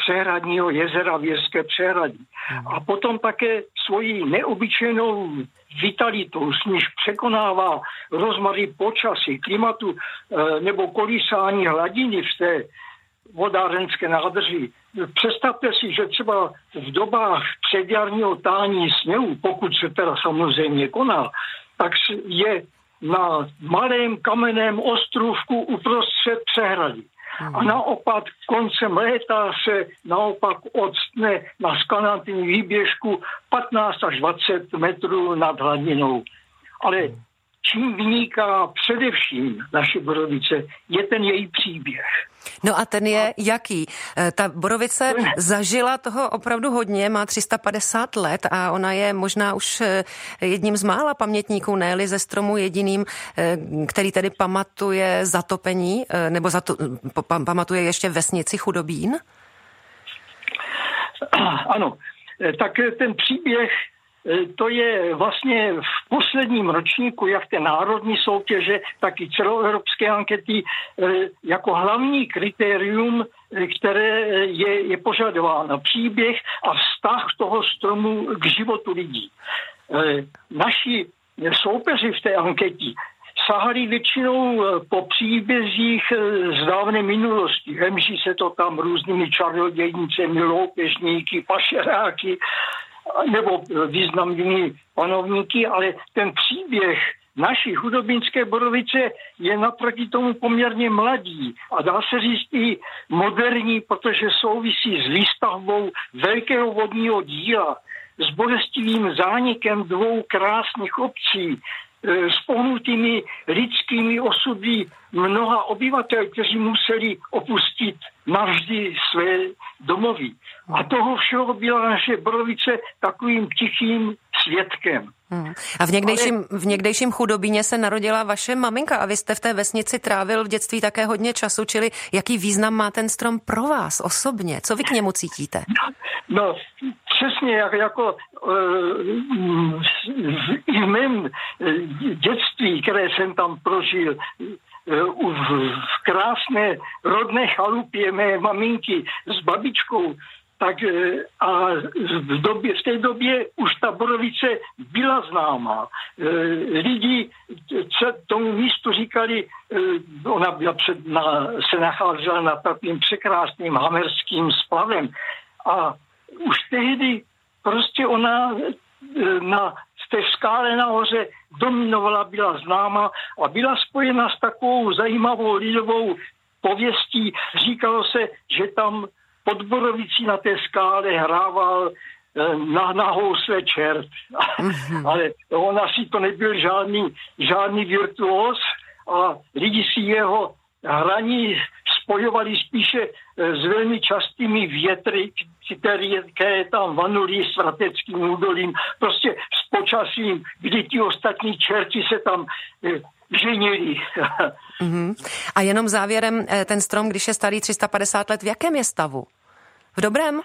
přehradního jezera v Jirské přehradí. A potom také svojí neobyčejnou vitalitou, s níž překonává rozmary počasí, klimatu nebo kolísání hladiny v té vodárenské nádrži. Představte si, že třeba v dobách předjarního tání sněhu, pokud se teda samozřejmě koná, tak je na malém kamenném ostrůvku uprostřed přehrady. A naopak koncem léta se naopak odstne na skalnatém výběžku 15 až 20 metrů nad hladinou. Ale čím vyniká především naše Borovice, je ten její příběh. No a ten je jaký? Ta Borovice zažila toho opravdu hodně, má 350 let a ona je možná už jedním z mála pamětníků, ne-li ze stromu jediným, který tedy pamatuje zatopení, nebo pamatuje ještě vesnici Chudobín? Ano, tak ten příběh, to je vlastně v posledním ročníku, jak té národní soutěže, tak i celoevropské ankety, jako hlavní kritérium, které je požadováno. Příběh a vztah toho stromu k životu lidí. Naši soupeři v té anketě sahali většinou po příbězích z dávné minulosti. Hemží se to tam různými čarodějnicemi, loupežníky, pašeráky, nebo významnými panovníky, ale ten příběh naší chudobinské Borovice je naproti tomu poměrně mladý a dá se říct i moderní, protože souvisí s výstavbou velkého vodního díla, s bolestivým zánikem dvou krásných obcí, s pohnutými lidskými osudy mnoha obyvatel, kteří museli opustit navždy své domovy. A toho všeho byla naše Borovice takovým tichým svědkem. A v někdejším Chudobíně se narodila vaše maminka a vy jste v té vesnici trávil v dětství také hodně času, čili jaký význam má ten strom pro vás osobně? Co vy k němu cítíte? No přesně jako v mém dětství, které jsem tam prožil, v krásné rodné chalupě mé maminky s babičkou, tak a v té době už ta Borovice byla známá. Lidi tomu místu říkali, ona byla se nacházela nad takovým překrásným hamerským splavem a už tehdy prostě ona z té skále nahoře dominovala, byla známa a byla spojena s takovou zajímavou lidovou pověstí. Říkalo se, že tam pod Borovicí na té skále hrával na housle čert. Ale on asi to nebyl žádný virtuóz a lidi si jeho hraní spojovali spíše s velmi častými větry, které tam vanulí s Vrateckým údolím, prostě s počasím, kdy ti ostatní čerti se tam ženili. A jenom závěrem, ten strom, když je starý 350 let, v jakém je stavu? V dobrém?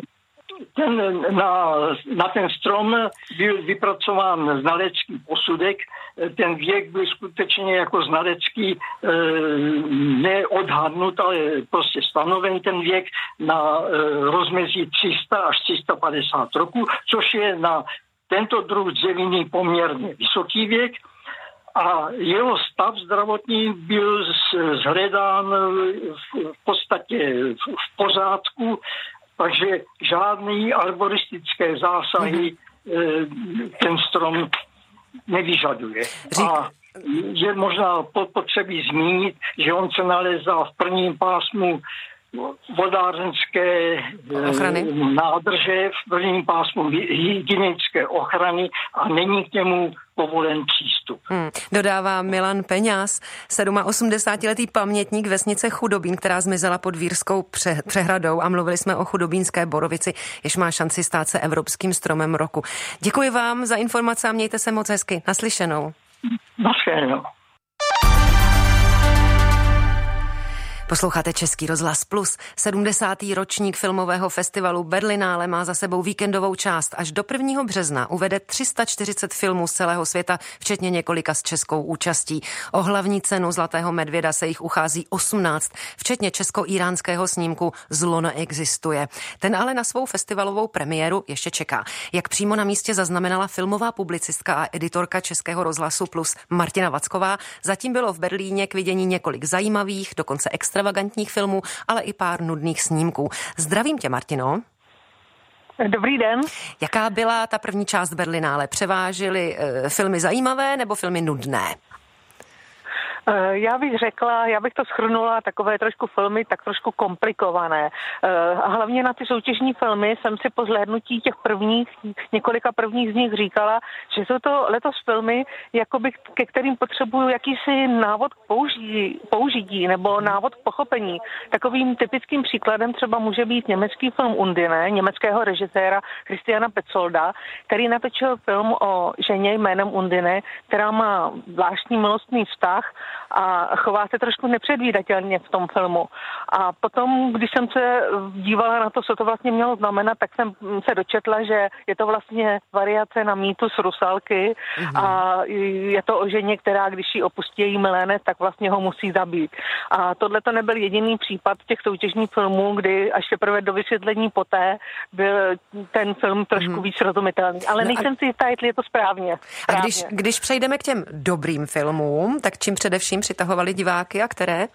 Na ten strom byl vypracován znalecký posudek. Ten věk byl skutečně jako znalecký neodhadnut, ale prostě stanoven ten věk na rozmezí 300 až 350 roku, což je na tento druh dřeviny poměrně vysoký věk. A jeho stav zdravotní byl shledán v podstatě v pořádku, takže žádný arboristické zásahy ten strom nevyžaduje. A je možná potřebí zmínit, že on se nalézá v prvním pásmu vodárenské nádrže, v prvním pásmu hygienické ochrany a není k němu povolen přístup. Dodává Milan Peňáz, 87letý pamětník vesnice Chudobín, která zmizela pod Vírskou přehradou a mluvili jsme o chudobínské Borovici, jež má šanci stát se evropským stromem roku. Děkuji vám za informace a mějte se moc hezky. Naslyšenou. Naschledanou. Posloucháte Český rozhlas Plus. 70. ročník filmového festivalu Berlinále má za sebou víkendovou část. Až do 1. března uvede 340 filmů z celého světa, včetně několika s českou účastí. O hlavní cenu Zlatého medvěda se jich uchází 18, včetně česko-íránského snímku Zlo neexistuje. Ten ale na svou festivalovou premiéru ještě čeká. Jak přímo na místě zaznamenala filmová publicistka a editorka Českého rozhlasu Plus Martina Vacková, zatím bylo v Berlíně k vidění několik zajímavých, dokonce extravagantních filmů, ale i pár nudných snímků. Zdravím tě, Martino. Dobrý den. Jaká byla ta první část Berlinále? Převážily filmy zajímavé nebo filmy nudné? Já bych to shrnula, takové trošku filmy, tak trošku komplikované. Hlavně na ty soutěžní filmy jsem si po zhlédnutí těch několika prvních z nich říkala, že jsou to letos filmy, jakoby, ke kterým potřebuju jakýsi návod k použití nebo návod k pochopení. Takovým typickým příkladem třeba může být německý film Undine, německého režiséra Christiana Petzolda, který natočil film o ženě jménem Undine, která má zvláštní milostný vztah a chová se trošku nepředvídatelně v tom filmu. A potom, když jsem se dívala na to, co to vlastně mělo znamenat, tak jsem se dočetla, že je to vlastně variace na mýtus Rusalky a je to o ženě, která, když ji opustí její milénec, tak vlastně ho musí zabít. A tohle to nebyl jediný případ těch soutěžních filmů, kdy až teprve do vysvětlení poté byl ten film trošku víc rozumitelný. Ale nejsem si jistá, jestli je to správně. A když přejdeme k těm dobrým filmům, tak čím především přitahovali diváky a které?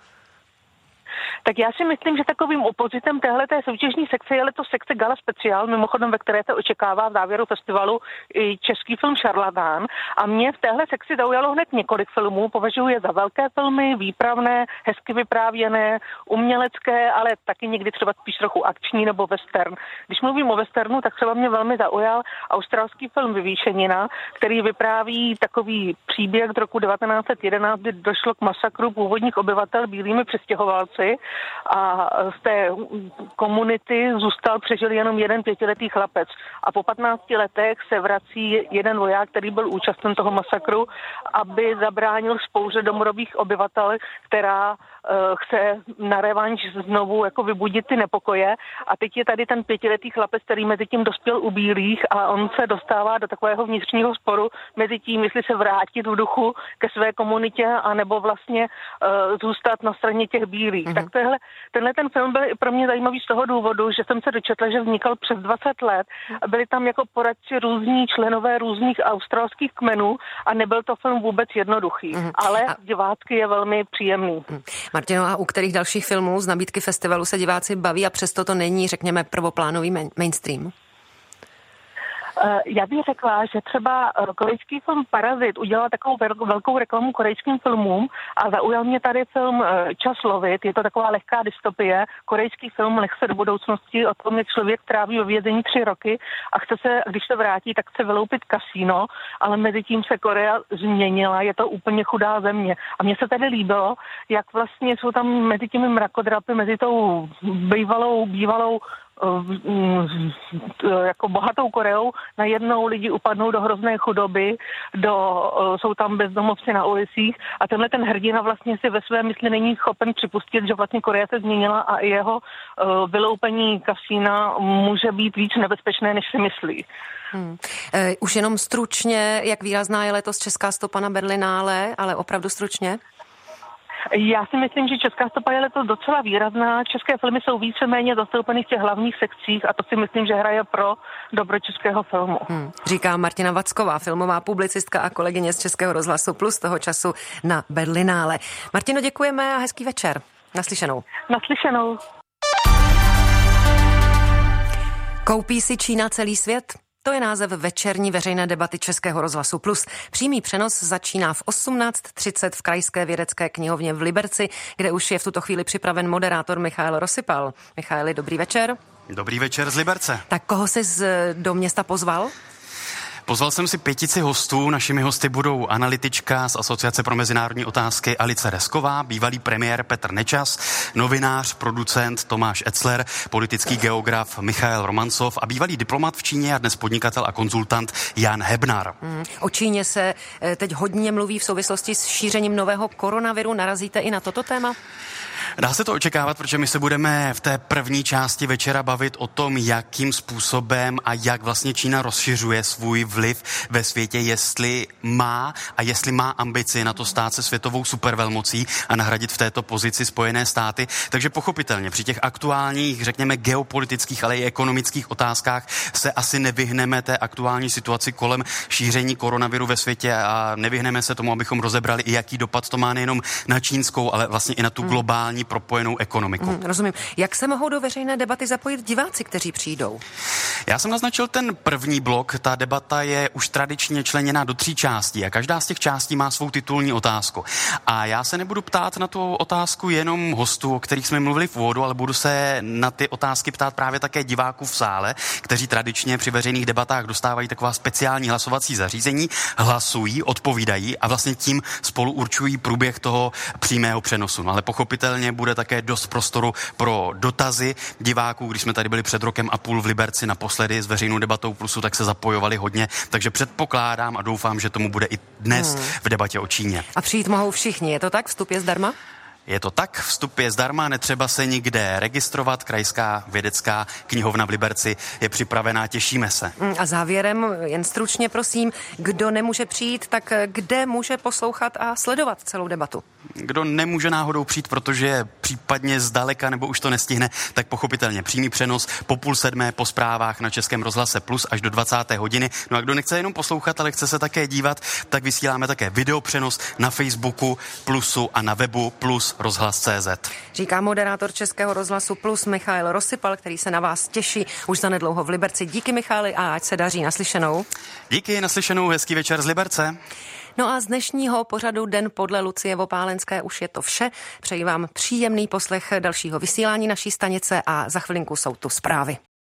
Tak já si myslím, že takovým opozitem téhleté soutěžní sekce je letos sekce Gala Special, mimochodem, ve které se očekává v závěru festivalu i český film Šarlatán. A mě v téhle sekci zaujalo hned několik filmů, považuji je za velké filmy, výpravné, hezky vyprávěné, umělecké, ale taky někdy třeba spíš trochu akční nebo western. Když mluvím o westernu, tak třeba mě velmi zaujal australský film Vyvýšenina, který vypráví takový příběh z roku 1911, kdy došlo k masakru původních obyvatel bílými přistěhovalci a z té komunity přežil jenom jeden 5letý chlapec. A po 15 letech se vrací jeden voják, který byl účasten toho masakru, aby zabránil vzpouře domorodých obyvatel, která chce na revanš znovu jako vybudit ty nepokoje. A teď je tady ten 5letý chlapec, který mezi tím dospěl u bílých a on se dostává do takového vnitřního sporu mezi tím, jestli se vrátit v duchu ke své komunitě, anebo vlastně zůstat na straně těch bílých. Tak tenhle ten film byl i pro mě zajímavý z toho důvodu, že jsem se dočetla, že vznikal přes 20 let a byli tam jako poradci různí členové různých australských kmenů a nebyl to film vůbec jednoduchý, ale divácky je velmi příjemný. Martino, a u kterých dalších filmů z nabídky festivalu se diváci baví a přesto to není, řekněme, prvoplánový mainstream? Já bych řekla, že třeba korejský film Parazit udělal takovou velkou reklamu korejským filmům a zaujal mě tady film Čas lovit. Je to taková lehká dystopie, korejský film Lehce do budoucnosti o tom, jak člověk tráví ve vězení 3 roky a když se vrátí, tak chce vyloupit kasíno, ale mezi tím se Korea změnila, je to úplně chudá země. A mně se tady líbilo, jak vlastně jsou tam mezi těmi mrakodrapy, mezi tou bývalou jako bohatou Koreou, najednou lidi upadnou do hrozné chudoby, jsou tam bezdomovci na ulicích a tenhle ten hrdina vlastně si ve své mysli není schopen připustit, že vlastně Korea se změnila a i jeho vyloupení kasína může být víc nebezpečné, než si myslí. Už jenom stručně, jak výrazná je letos česká stopa na Berlinále, ale opravdu stručně? Já si myslím, že česká stopa je letos docela výrazná. České filmy jsou víceméně zastoupeny v těch hlavních sekcích a to si myslím, že hraje pro dobro českého filmu. Říká Martina Vacková, filmová publicistka a kolegyně z Českého rozhlasu Plus toho času na Berlinále. Martino, děkujeme a hezký večer. Naslyšenou. Naslyšenou. Koupí si Čína celý svět? To je název večerní veřejné debaty Českého rozhlasu Plus. Přímý přenos začíná v 18:30 v Krajské vědecké knihovně v Liberci, kde už je v tuto chvíli připraven moderátor Michael Rosypal. Michaeli, dobrý večer. Dobrý večer z Liberce. Tak koho jsi do města pozval? Pozval jsem si 5 hostů. Našimi hosty budou analytička z Asociace pro mezinárodní otázky Alice Resková, bývalý premiér Petr Nečas, novinář, producent Tomáš Etzler, politický geograf Michael Romancov a bývalý diplomat v Číně a dnes podnikatel a konzultant Jan Hebnar. O Číně se teď hodně mluví v souvislosti s šířením nového koronaviru. Narazíte i na toto téma? Dá se to očekávat, protože my se budeme v té první části večera bavit o tom, jakým způsobem a jak vlastně Čína rozšiřuje svůj vliv ve světě, jestli má ambici na to stát se světovou supervelmocí a nahradit v této pozici Spojené státy. Takže pochopitelně při těch aktuálních, řekněme, geopolitických, ale i ekonomických otázkách se asi nevyhneme té aktuální situaci kolem šíření koronaviru ve světě a nevyhneme se tomu, abychom rozebrali i jaký dopad to má nejenom na čínskou, ale vlastně i na tu globální propojenou ekonomiku. Rozumím. Jak se mohou do veřejné debaty zapojit diváci, kteří přijdou? Já jsem naznačil ten první blok. Ta debata je už tradičně členěná do 3 částí a každá z těch částí má svou titulní otázku. A já se nebudu ptát na tu otázku jenom hostů, o kterých jsme mluvili v úvodu, ale budu se na ty otázky ptát právě také diváků v sále, kteří tradičně při veřejných debatách dostávají taková speciální hlasovací zařízení, hlasují, odpovídají a vlastně tím spolu určují průběh toho přímého přenosu. No, ale pochopitelně bude také dost prostoru pro dotazy diváků. Když jsme tady byli před rokem a půl v Liberci naposledy s veřejnou debatou Plusu, tak se zapojovali hodně, takže předpokládám a doufám, že tomu bude i dnes v debatě o Číně. A přijít mohou všichni, je to tak? Vstup je zdarma? Je to tak, vstup je zdarma, netřeba se nikde registrovat, Krajská vědecká knihovna v Liberci je připravená, těšíme se. A závěrem, jen stručně prosím, kdo nemůže přijít, tak kde může poslouchat a sledovat celou debatu? Kdo nemůže náhodou přijít, protože je případně zdaleka nebo už to nestihne, tak pochopitelně přímý přenos po 6:30 po zprávách na Českém rozhlase Plus až do 20. hodiny. No a kdo nechce jenom poslouchat, ale chce se také dívat, tak vysíláme také videopřenos na Facebooku Plusu a na webu Plus rozhlas.cz. Říká moderátor Českého rozhlasu Plus Michail Rosypal, který se na vás těší už zanedlouho v Liberci. Díky, Michaili, a ať se daří. Naslyšenou. Díky, naslyšenou, hezký večer z Liberce. No a z dnešního pořadu Den podle Lucie Vopálenské už je to vše. Přeji vám příjemný poslech dalšího vysílání naší stanice a za chvilinku jsou tu zprávy.